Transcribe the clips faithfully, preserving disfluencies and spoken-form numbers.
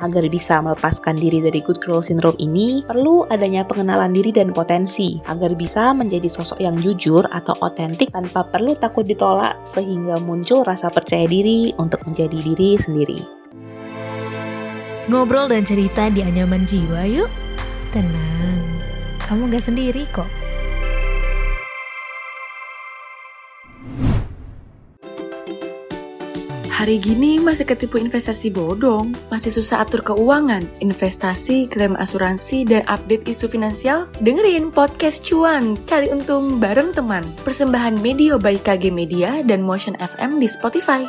Agar bisa melepaskan diri dari good girl syndrome ini, perlu adanya pengenalan diri dan potensi, agar bisa menjadi sosok yang jujur atau otentik tanpa perlu takut ditolak, sehingga muncul rasa percaya diri untuk menjadi diri sendiri. Ngobrol dan cerita di Anyaman Jiwa yuk. Tenang, kamu gak sendiri kok. Hari gini masih ketipu investasi bodong, masih susah atur keuangan, investasi, klaim asuransi, dan update isu finansial? Dengerin podcast Cuan, cari untung bareng teman. Persembahan Medio by K G Media dan Motion F M di Spotify.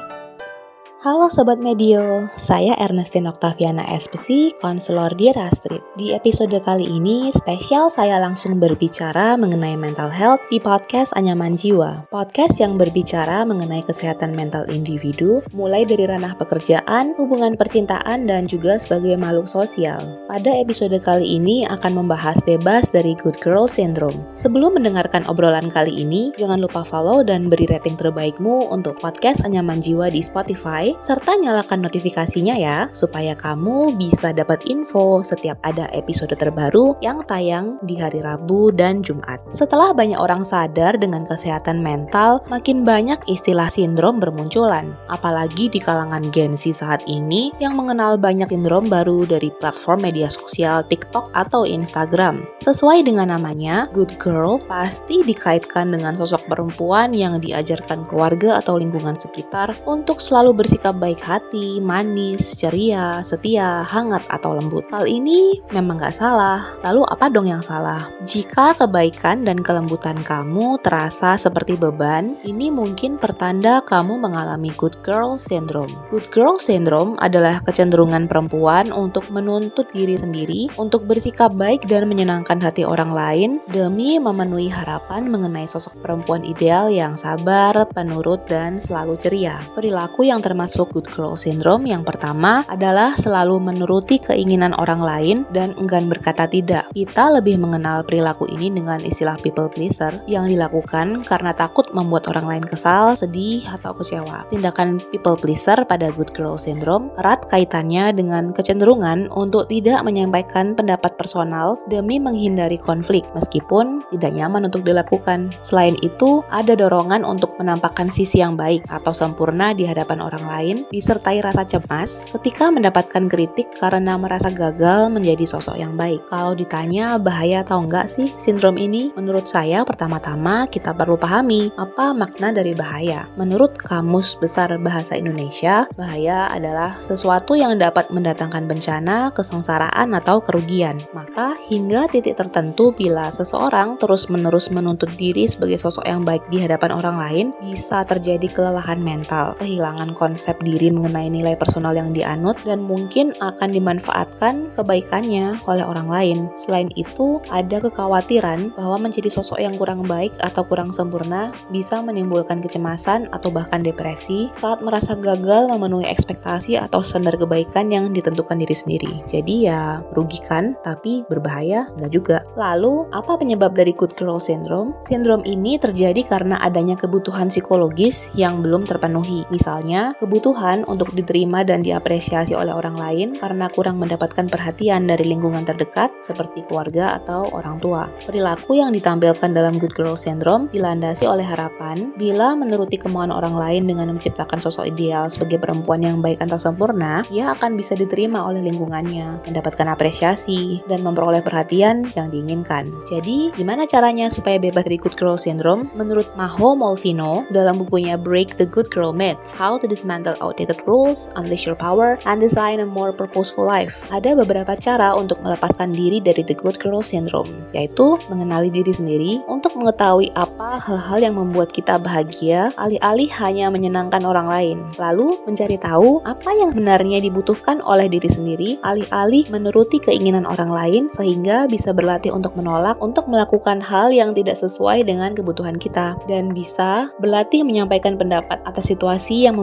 Halo Sobat Medio, saya Ernestine Octaviana S P C, konselor di Rastreet. Di episode kali ini, spesial saya langsung berbicara mengenai mental health di podcast Anyaman Jiwa. Podcast yang berbicara mengenai kesehatan mental individu, mulai dari ranah pekerjaan, hubungan percintaan, dan juga sebagai makhluk sosial. Pada episode kali ini akan membahas bebas dari good girl syndrome. Sebelum mendengarkan obrolan kali ini, jangan lupa follow dan beri rating terbaikmu untuk podcast Anyaman Jiwa di Spotify, serta nyalakan notifikasinya ya, supaya kamu bisa dapat info setiap ada episode terbaru yang tayang di hari Rabu dan Jumat. Setelah banyak orang sadar dengan kesehatan mental, makin banyak istilah sindrom bermunculan. Apalagi di kalangan Gen Z saat ini yang mengenal banyak sindrom baru dari platform media sosial TikTok atau Instagram. Sesuai dengan namanya, good girl pasti dikaitkan dengan sosok perempuan yang diajarkan keluarga atau lingkungan sekitar untuk selalu bersikap baik hati, manis, ceria, setia, hangat, atau lembut. Hal ini memang gak salah. Lalu apa dong yang salah? Jika kebaikan dan kelembutan kamu terasa seperti beban, ini mungkin pertanda kamu mengalami good girl syndrome. Good girl syndrome adalah kecenderungan perempuan untuk menuntut diri sendiri, untuk bersikap baik dan menyenangkan hati orang lain demi memenuhi harapan mengenai sosok perempuan ideal yang sabar, penurut, dan selalu ceria. Perilaku yang termasuk good girl syndrome yang pertama adalah selalu menuruti keinginan orang lain dan enggan berkata tidak. Kita lebih mengenal perilaku ini dengan istilah people pleaser yang dilakukan karena takut membuat orang lain kesal, sedih, atau kecewa. Tindakan people pleaser pada good girl syndrome erat kaitannya dengan kecenderungan untuk tidak menyampaikan pendapat personal demi menghindari konflik meskipun tidak nyaman untuk dilakukan. Selain itu, ada dorongan untuk menampakkan sisi yang baik atau sempurna di hadapan orang lain, disertai rasa cemas ketika mendapatkan kritik karena merasa gagal menjadi sosok yang baik. Kalau ditanya bahaya atau enggak sih sindrom ini? Menurut saya, pertama-tama kita perlu pahami apa makna dari bahaya. Menurut Kamus Besar Bahasa Indonesia, bahaya adalah sesuatu yang dapat mendatangkan bencana, kesengsaraan, atau kerugian. Maka hingga titik tertentu bila seseorang terus-menerus menuntut diri sebagai sosok yang baik di hadapan orang lain, bisa terjadi kelelahan mental, kehilangan konsep diri mengenai nilai personal yang dianut, dan mungkin akan dimanfaatkan kebaikannya oleh orang lain. Selain itu, ada kekhawatiran bahwa menjadi sosok yang kurang baik atau kurang sempurna bisa menimbulkan kecemasan atau bahkan depresi saat merasa gagal memenuhi ekspektasi atau standar kebaikan yang ditentukan diri sendiri. Jadi ya, merugikan tapi berbahaya nggak juga. Lalu, apa penyebab dari good girl syndrome? Sindrom ini terjadi karena adanya kebutuhan psikologis yang belum terpenuhi. Misalnya, kebutuhan untuk diterima dan diapresiasi oleh orang lain karena kurang mendapatkan perhatian dari lingkungan terdekat seperti keluarga atau orang tua. Perilaku yang ditampilkan dalam good girl syndrome dilandasi oleh harapan bila menuruti kemauan orang lain dengan menciptakan sosok ideal sebagai perempuan yang baik atau sempurna, ia akan bisa diterima oleh lingkungannya, mendapatkan apresiasi, dan memperoleh perhatian yang diinginkan. Jadi, gimana caranya supaya bebas dari good girl syndrome? Menurut Maho Molfino, dalam bukunya Break the Good Girl Myth, How to Dismantle Outdated Rules, Unleash Your Power, and Design a More Purposeful Life. Ada beberapa cara untuk melepaskan diri dari the good girl syndrome, yaitu mengenali diri sendiri untuk mengetahui apa hal-hal yang membuat kita bahagia, alih-alih hanya menyenangkan orang lain. Lalu, mencari tahu apa yang sebenarnya dibutuhkan oleh diri sendiri, alih-alih menuruti keinginan orang lain, sehingga bisa berlatih untuk menolak, untuk melakukan hal yang tidak sesuai dengan kebutuhan kita, dan bisa berlatih menyampaikan pendapat atas situasi yang membuat kita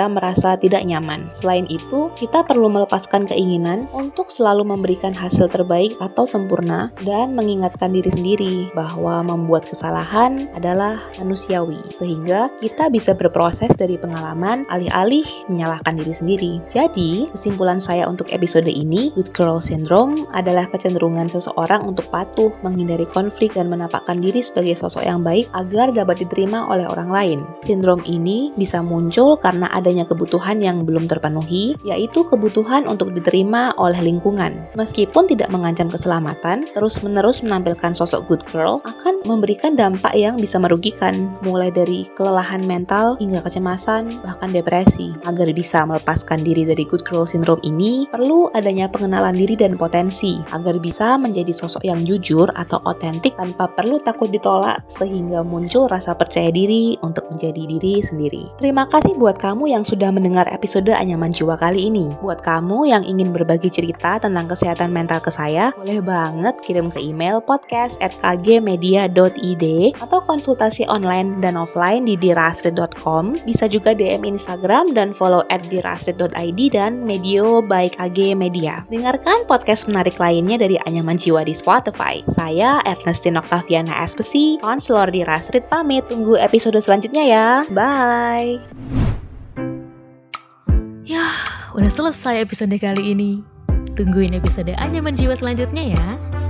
merasa tidak nyaman. Selain itu, kita perlu melepaskan keinginan untuk selalu memberikan hasil terbaik atau sempurna dan mengingatkan diri sendiri bahwa membuat kesalahan adalah manusiawi, sehingga kita bisa berproses dari pengalaman alih-alih menyalahkan diri sendiri. Jadi, kesimpulan saya untuk episode ini, Good Girl Syndrome adalah kecenderungan seseorang untuk patuh, menghindari konflik, dan menampakkan diri sebagai sosok yang baik agar dapat diterima oleh orang lain. Sindrom ini bisa muncul karena adanya kebutuhan yang belum terpenuhi, yaitu kebutuhan untuk diterima oleh lingkungan. Meskipun tidak mengancam keselamatan, terus-menerus menampilkan sosok good girl akan memberikan dampak yang bisa merugikan, mulai dari kelelahan mental hingga kecemasan, bahkan depresi. Agar bisa melepaskan diri dari good girl syndrome ini, perlu adanya pengenalan diri dan potensi, agar bisa menjadi sosok yang jujur atau otentik tanpa perlu takut ditolak, sehingga muncul rasa percaya diri untuk menjadi diri sendiri. Terima kasih buat kamu yang sudah mendengar episode Anyaman Jiwa kali ini. Buat kamu yang ingin berbagi cerita tentang kesehatan mental ke saya, boleh banget kirim ke email podcast at k g media dot i d atau konsultasi online dan offline di dirastrid dot com. Bisa juga D M Instagram dan follow at dirastrid dot i d dan Medio by K G Media. Dengarkan podcast menarik lainnya dari Anyaman Jiwa di Spotify. Saya Ernestine Octaviana S P C, konselor di Rastrid pamit. Tunggu episode selanjutnya ya. Bye. Yah, udah selesai episode kali ini. Tungguin episode Anyaman Jiwa selanjutnya ya.